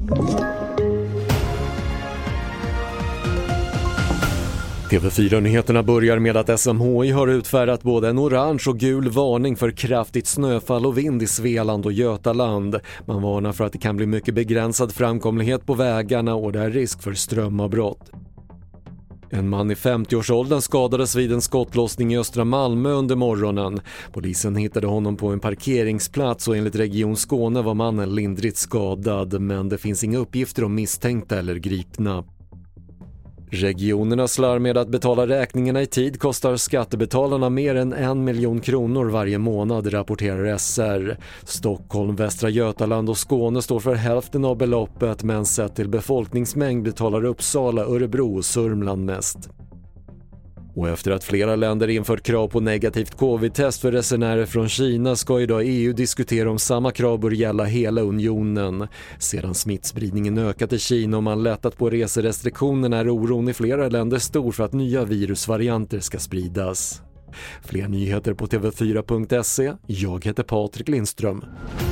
TV4-nyheterna börjar med att SMHI har utfärdat både en orange och gul varning för kraftigt snöfall och vind i Svealand och Götaland. Man varnar för att det kan bli mycket begränsad framkomlighet på vägarna och det är risk för strömavbrott. En man i 50-årsåldern skadades vid en skottlossning i östra Malmö under morgonen. Polisen hittade honom på en parkeringsplats och enligt Region Skåne var mannen lindrigt skadad, men det finns inga uppgifter om misstänkta eller gripna. Regionernas slarv med att betala räkningarna i tid kostar skattebetalarna mer än 1 miljon kronor varje månad, rapporterar SR. Stockholm, Västra Götaland och Skåne står för hälften av beloppet, men sett till befolkningsmängd betalar Uppsala, Örebro och Sörmland mest. Och efter att flera länder infört krav på negativt covid-test för resenärer från Kina ska idag EU diskutera om samma krav bör gälla hela unionen. Sedan smittspridningen ökat i Kina och man lättat på reserestriktionerna är oron i flera länder stor för att nya virusvarianter ska spridas. Fler nyheter på tv4.se. Jag heter Patrik Lindström.